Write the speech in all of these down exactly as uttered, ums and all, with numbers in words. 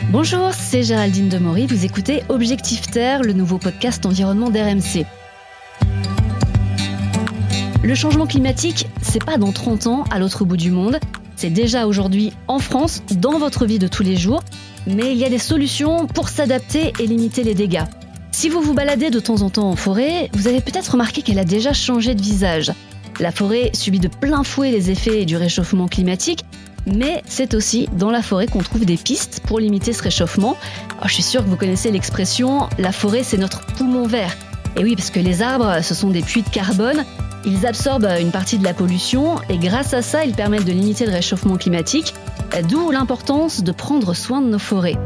Bonjour, c'est Géraldine Demory, vous écoutez Objectif Terre, le nouveau podcast environnement d'R M C. Le changement climatique, c'est pas dans trente ans à l'autre bout du monde, c'est déjà aujourd'hui en France, dans votre vie de tous les jours, mais il y a des solutions pour s'adapter et limiter les dégâts. Si vous vous baladez de temps en temps en forêt, vous avez peut-être remarqué qu'elle a déjà changé de visage. La forêt subit de plein fouet les effets du réchauffement climatique, mais c'est aussi dans la forêt qu'on trouve des pistes pour limiter ce réchauffement. Alors, je suis sûre que vous connaissez l'expression « la forêt, c'est notre poumon vert ». Et oui, parce que les arbres, ce sont des puits de carbone, ils absorbent une partie de la pollution et grâce à ça, ils permettent de limiter le réchauffement climatique, d'où l'importance de prendre soin de nos forêts.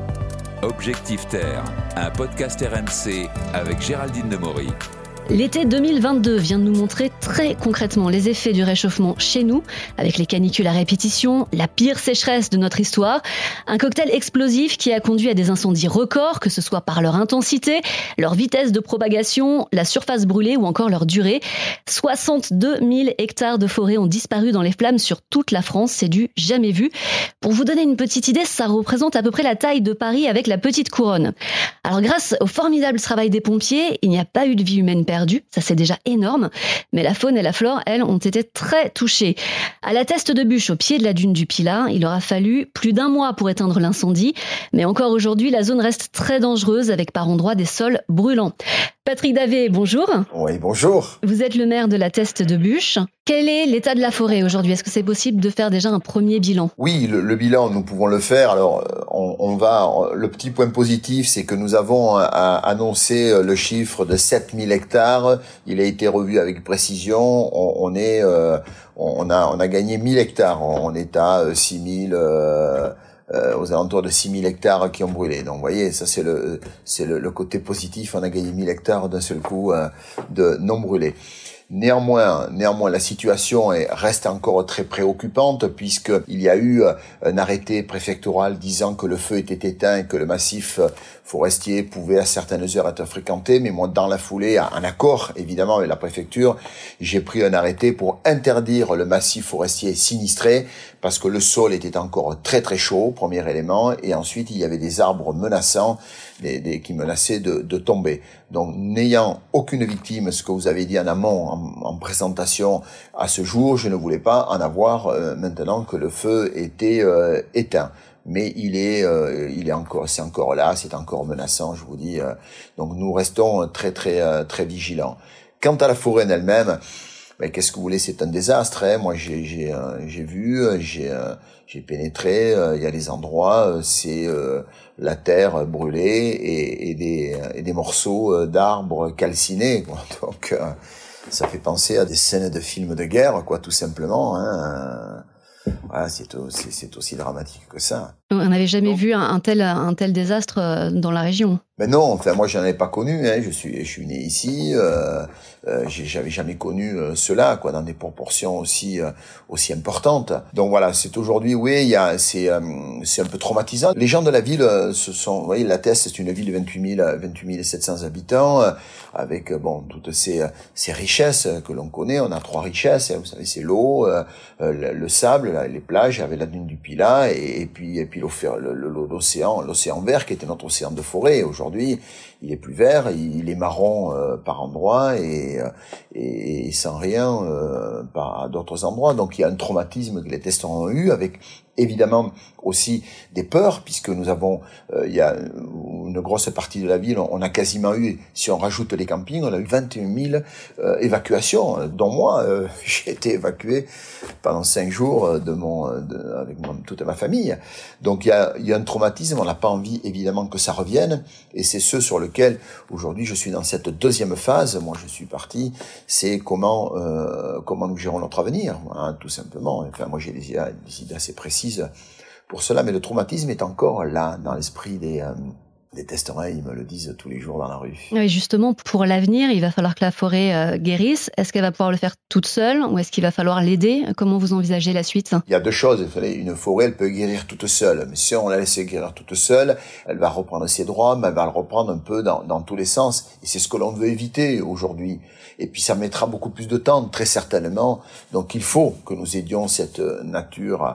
Objectif Terre, un podcast R M C avec Géraldine Demory. L'été deux mille vingt-deux vient de nous montrer très concrètement les effets du réchauffement chez nous, avec les canicules à répétition, la pire sécheresse de notre histoire, un cocktail explosif qui a conduit à des incendies records, que ce soit par leur intensité, leur vitesse de propagation, la surface brûlée ou encore leur durée. soixante-deux mille hectares de forêt ont disparu dans les flammes sur toute la France, c'est du jamais vu. Pour vous donner une petite idée, ça représente à peu près la taille de Paris avec la petite couronne. Alors grâce au formidable travail des pompiers, il n'y a pas eu de vie humaine perdue. Ça c'est déjà énorme, mais la faune et la flore, elles, ont été très touchées. À la Teste de Buch, au pied de la dune du Pilat, il aura fallu plus d'un mois pour éteindre l'incendie, mais encore aujourd'hui, la zone reste très dangereuse avec par endroits des sols brûlants. Patrick Davé, bonjour. Oui, bonjour. Vous êtes le maire de la Teste de Buch. Quel est l'état de la forêt aujourd'hui ? Est-ce que c'est possible de faire déjà un premier bilan ? Oui, le, le bilan, nous pouvons le faire. Alors, on, on va. Le petit point positif, c'est que nous avons a, annoncé le chiffre de sept mille hectares. Il a été revu avec précision. On, on est, euh, on a, on a gagné mille hectares. On est à six mille. Euh, Euh, aux alentours de six mille hectares qui ont brûlé. Donc, vous voyez, ça c'est le c'est le, le côté positif. On a gagné mille hectares d'un seul coup euh, de non brûlés. Néanmoins, néanmoins, la situation est, reste encore très préoccupante puisque il y a eu un arrêté préfectoral disant que le feu était éteint et que le massif forestier pouvait à certaines heures être fréquenté. Mais moi, dans la foulée, en accord évidemment avec la préfecture, j'ai pris un arrêté pour interdire le massif forestier sinistré parce que le sol était encore très très chaud, premier élément, et ensuite il y avait des arbres menaçants, des, des, qui menaçaient de, de tomber. Donc, n'ayant aucune victime, ce que vous avez dit en amont, en, en présentation à ce jour, je ne voulais pas en avoir euh, maintenant que le feu était euh, éteint. Mais il est, euh, il est encore, c'est encore là, c'est encore menaçant, je vous dis. Euh, donc, nous restons très très euh, très vigilants. Quant à la forêt en elle-même, ben, qu'est-ce que vous voulez, c'est un désastre. Hein. Moi, j'ai j'ai euh, j'ai vu, j'ai euh, j'ai pénétré. Euh, il y a des endroits, euh, c'est euh, la terre brûlée et, et des et des morceaux d'arbres calcinés. Quoi. Donc, euh, ça fait penser à des scènes de films de guerre, quoi, tout simplement. Hein. Voilà, c'est aussi, c'est aussi dramatique que ça. On n'avait jamais Donc, vu un, un tel un tel désastre dans la région. Mais non, enfin moi j'en avais pas connu. Hein. Je suis je suis né ici. Euh, euh, j'avais jamais connu euh, cela, quoi, dans des proportions aussi euh, aussi importantes. Donc voilà, c'est aujourd'hui, oui, il y a c'est euh, c'est un peu traumatisant. Les gens de la ville euh, se sont, vous voyez, la Teste, c'est une ville de vingt-huit mille sept cents habitants, euh, avec bon toutes ces ces richesses que l'on connaît. On a trois richesses, hein, vous savez, c'est l'eau, euh, le, le sable, les plages, avec la dune du Pilat, et, et puis et puis l'océan, l'océan vert qui était notre océan de forêt. Aujourd'hui, il est plus vert, il est marron euh, par endroits et, et, et sans rien euh, par à d'autres endroits. Donc il y a un traumatisme que les testeurs ont eu, avec évidemment aussi des peurs, puisque nous avons, euh, il y a une grosse partie de la ville, on a quasiment eu, si on rajoute les campings, on a eu vingt et un mille euh, évacuations, dont moi, euh, j'ai été évacué pendant cinq jours de mon, de, avec mon, toute ma famille. Donc il y a, il y a un traumatisme, on n'a pas envie évidemment que ça revienne, et c'est ce sur lequel aujourd'hui je suis dans cette deuxième phase. Moi je suis parti, c'est comment euh, comment nous gérons notre avenir, hein, tout simplement. Enfin moi j'ai des, des idées assez précises pour cela, mais le traumatisme est encore là, dans l'esprit des, euh, des testeurs, ils me le disent tous les jours dans la rue. Oui, justement, pour l'avenir, il va falloir que la forêt euh, guérisse. Est-ce qu'elle va pouvoir le faire toute seule ou est-ce qu'il va falloir l'aider ? Comment vous envisagez la suite ? Il y a deux choses. Une forêt, elle peut guérir toute seule, mais si on la laisse guérir toute seule, elle va reprendre ses droits, mais elle va le reprendre un peu dans, dans tous les sens. Et c'est ce que l'on veut éviter aujourd'hui. Et puis ça mettra beaucoup plus de temps, très certainement. Donc il faut que nous aidions cette nature à,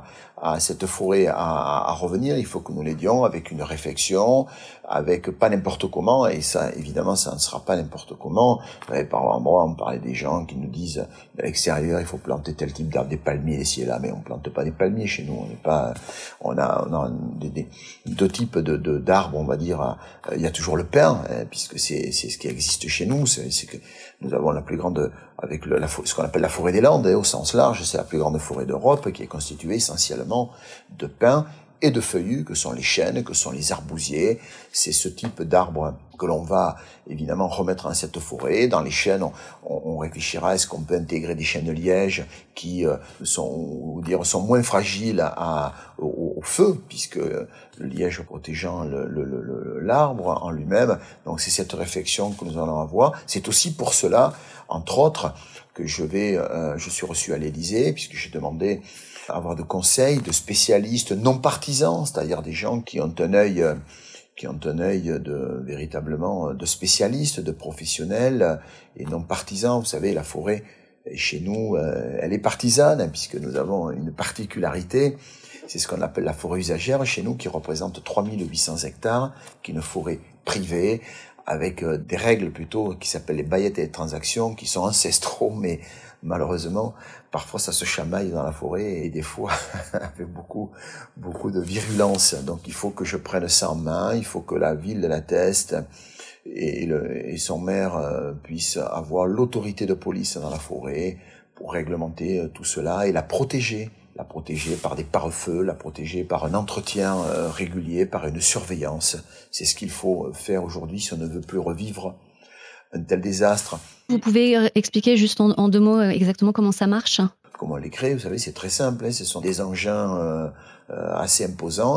à cette forêt à, à revenir, il faut que nous l'aidions avec une réflexion, avec pas n'importe comment, et ça, évidemment, ça ne sera pas n'importe comment. Et par endroits, on parlait des gens qui nous disent, à l'extérieur, il faut planter tel type d'arbre, des palmiers, ici et là, mais on plante pas des palmiers chez nous, on n'est pas, on a, on a des, des, deux types de, de, d'arbres, on va dire, il y a toujours le pin, hein, puisque c'est, c'est ce qui existe chez nous, c'est, c'est que nous avons la plus grande, avec le, la, ce qu'on appelle la forêt des Landes, hein, au sens large, c'est la plus grande forêt d'Europe, qui est constituée essentiellement de pins et de feuillus, que sont les chênes, que sont les arbousiers. C'est ce type d'arbres que l'on va évidemment remettre dans cette forêt. Dans les chênes, on, on réfléchira, est-ce qu'on peut intégrer des chênes de liège qui euh, sont, ou dire, sont moins fragiles à, au, au feu, puisque le liège protégeant le, le, le, l'arbre en lui-même. Donc c'est cette réflexion que nous allons avoir. C'est aussi pour cela, entre autres, que je vais, euh, je suis reçu à l'Élysée, puisque j'ai demandé à avoir de conseils de spécialistes non partisans, c'est-à-dire des gens qui ont un œil, qui ont un œil de véritablement de spécialistes, de professionnels et non partisans. Vous savez, la forêt chez nous, euh, elle est partisane, hein, puisque nous avons une particularité. C'est ce qu'on appelle la forêt usagère chez nous, qui représente trois mille huit cents hectares, qui est une forêt privée, avec euh, des règles plutôt qui s'appellent les baillettes et les transactions, qui sont ancestraux, mais malheureusement, parfois ça se chamaille dans la forêt et des fois avec beaucoup, beaucoup de virulence. Donc il faut que je prenne ça en main, il faut que la ville l'atteste et, le, et son maire euh, puisse avoir l'autorité de police dans la forêt pour réglementer euh, tout cela et la protéger. La protéger par des pare-feux, la protéger par un entretien euh, régulier, par une surveillance. C'est ce qu'il faut faire aujourd'hui si on ne veut plus revivre un tel désastre. Vous pouvez expliquer juste en, en deux mots exactement comment ça marche ? Comment on les crée, vous savez, c'est très simple. Hein, ce sont des engins euh, euh, assez imposants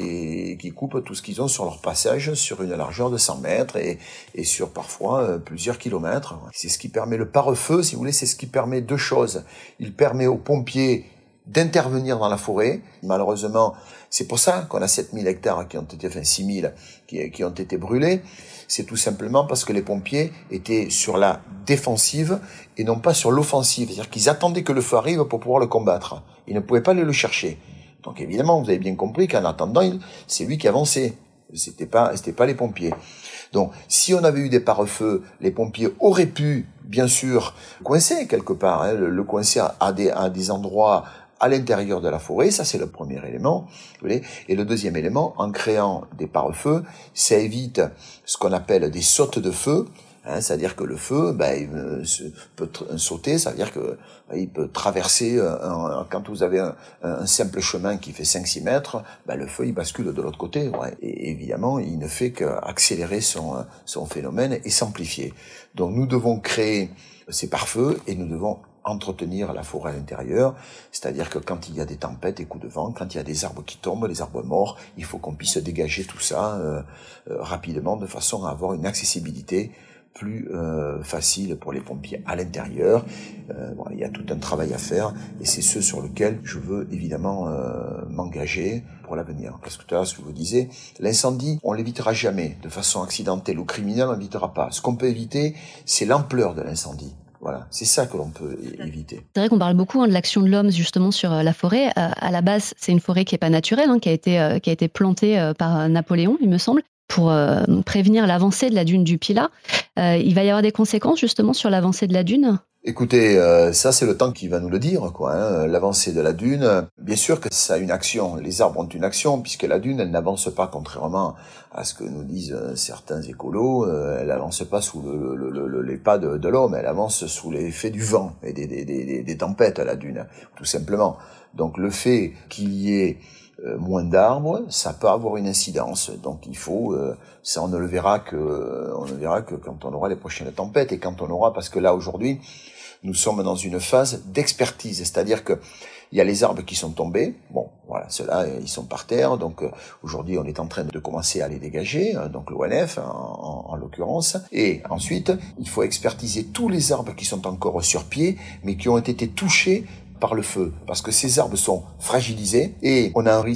et qui coupent tout ce qu'ils ont sur leur passage sur une largeur de cent mètres et, et sur parfois euh, plusieurs kilomètres. C'est ce qui permet le pare-feu, si vous voulez, c'est ce qui permet deux choses. Il permet aux pompiers d'intervenir dans la forêt. Malheureusement, c'est pour ça qu'on a sept mille hectares qui ont été, enfin six mille qui, qui ont été brûlés. C'est tout simplement parce que les pompiers étaient sur la défensive et non pas sur l'offensive. C'est-à-dire qu'ils attendaient que le feu arrive pour pouvoir le combattre. Ils ne pouvaient pas aller le chercher. Donc évidemment, vous avez bien compris qu'en attendant, c'est lui qui avançait. C'était pas, c'était pas les pompiers. Donc, si on avait eu des pare-feux, les pompiers auraient pu, bien sûr, coincer quelque part, hein, le, le coincer à des, à des endroits à l'intérieur de la forêt, ça c'est le premier élément. Vous voyez. Et le deuxième élément, en créant des pare-feux, ça évite ce qu'on appelle des sautes de feu, hein, c'est-à-dire que le feu, ben, il peut sauter, ça veut dire que il peut traverser, un, quand vous avez un, un simple chemin qui fait cinq six mètres, ben, le feu il bascule de l'autre côté, ouais. Et évidemment il ne fait qu'accélérer son, son phénomène et s'amplifier. Donc nous devons créer ces pare-feux et nous devons entretenir la forêt à l'intérieur, c'est-à-dire que quand il y a des tempêtes et coups de vent, quand il y a des arbres qui tombent, les arbres morts, il faut qu'on puisse dégager tout ça euh, euh, rapidement de façon à avoir une accessibilité plus euh, facile pour les pompiers à l'intérieur. Euh, bon, il y a tout un travail à faire et c'est ce sur lequel je veux évidemment euh, m'engager pour l'avenir. Parce que tout à l'heure, ce que vous disiez, l'incendie, on l'évitera jamais de façon accidentelle ou criminelle, on l'évitera pas. Ce qu'on peut éviter, c'est l'ampleur de l'incendie. Voilà, c'est ça que l'on peut éviter. C'est vrai qu'on parle beaucoup hein, de l'action de l'homme justement sur euh, la forêt. Euh, à la base, c'est une forêt qui est pas naturelle, hein, qui a été euh, qui a été plantée euh, par Napoléon, il me semble, pour euh, prévenir l'avancée de la dune du Pilat. Euh, il va y avoir des conséquences justement sur l'avancée de la dune ? Écoutez, euh, ça c'est le temps qui va nous le dire, quoi. Hein. L'avancée de la dune, bien sûr que ça a une action. Les arbres ont une action puisque la dune, elle n'avance pas, contrairement à ce que nous disent certains écolos. Euh, elle n'avance pas sous le, le, le, les pas de, de l'homme, elle avance sous l'effet du vent et des, des, des, des tempêtes à la dune, tout simplement. Donc le fait qu'il y ait euh, moins d'arbres, ça peut avoir une incidence. Donc il faut, euh, ça on ne le verra que, on ne verra que quand on aura les prochaines tempêtes et quand on aura, parce que là aujourd'hui nous sommes dans une phase d'expertise, c'est-à-dire que il y a les arbres qui sont tombés, bon, voilà, ceux-là, ils sont par terre, donc euh, aujourd'hui on est en train de commencer à les dégager, hein, donc l'O N F en, en, en l'occurrence, et ensuite il faut expertiser tous les arbres qui sont encore sur pied, mais qui ont été touchés par le feu, parce que ces arbres sont fragilisés et on a un risque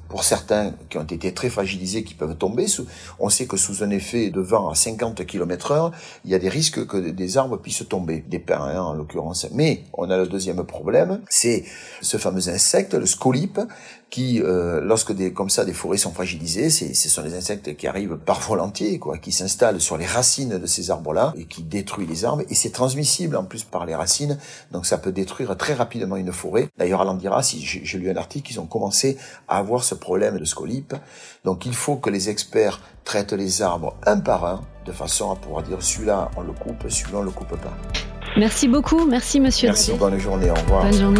pour certains qui ont été très fragilisés, qui peuvent tomber. Sous, on sait que sous un effet de vent à cinquante kilomètres heure, il y a des risques que des arbres puissent tomber, des pins hein, en l'occurrence. Mais on a le deuxième problème, c'est ce fameux insecte, le scolype, qui, euh, lorsque des, comme ça, des forêts sont fragilisées, c'est, ce sont des insectes qui arrivent par volontiers, quoi, qui s'installent sur les racines de ces arbres-là et qui détruisent les arbres. Et c'est transmissible en plus par les racines, donc ça peut détruire très rapidement une forêt. D'ailleurs, à l'Andira, si j'ai, j'ai lu un article, ils ont commencé à avoir ce problème de scolype. Donc il faut que les experts traitent les arbres un par un, de façon à pouvoir dire celui-là on le coupe, celui-là on le coupe pas. Merci beaucoup, merci monsieur. Merci, bonne journée, au revoir. Bonne journée.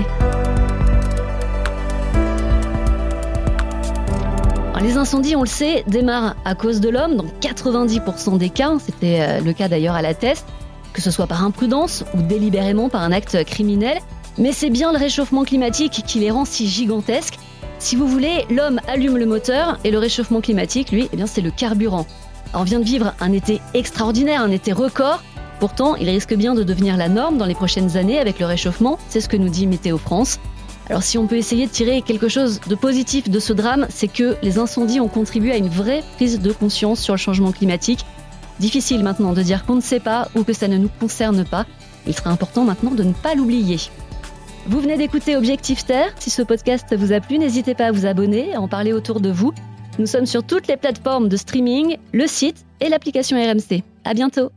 Les incendies, on le sait, démarrent à cause de l'homme dans quatre-vingt-dix pour cent des cas. C'était le cas d'ailleurs à La Teste, que ce soit par imprudence ou délibérément par un acte criminel. Mais c'est bien le réchauffement climatique qui les rend si gigantesques. Si vous voulez, l'homme allume le moteur et le réchauffement climatique, lui, eh bien, c'est le carburant. On vient de vivre un été extraordinaire, un été record. Pourtant, il risque bien de devenir la norme dans les prochaines années avec le réchauffement. C'est ce que nous dit Météo France. Alors si on peut essayer de tirer quelque chose de positif de ce drame, c'est que les incendies ont contribué à une vraie prise de conscience sur le changement climatique. Difficile maintenant de dire qu'on ne sait pas ou que ça ne nous concerne pas. Il sera important maintenant de ne pas l'oublier. Vous venez d'écouter Objectif Terre. Si ce podcast vous a plu, n'hésitez pas à vous abonner, à en parler autour de vous. Nous sommes sur toutes les plateformes de streaming, le site et l'application R M C. À bientôt.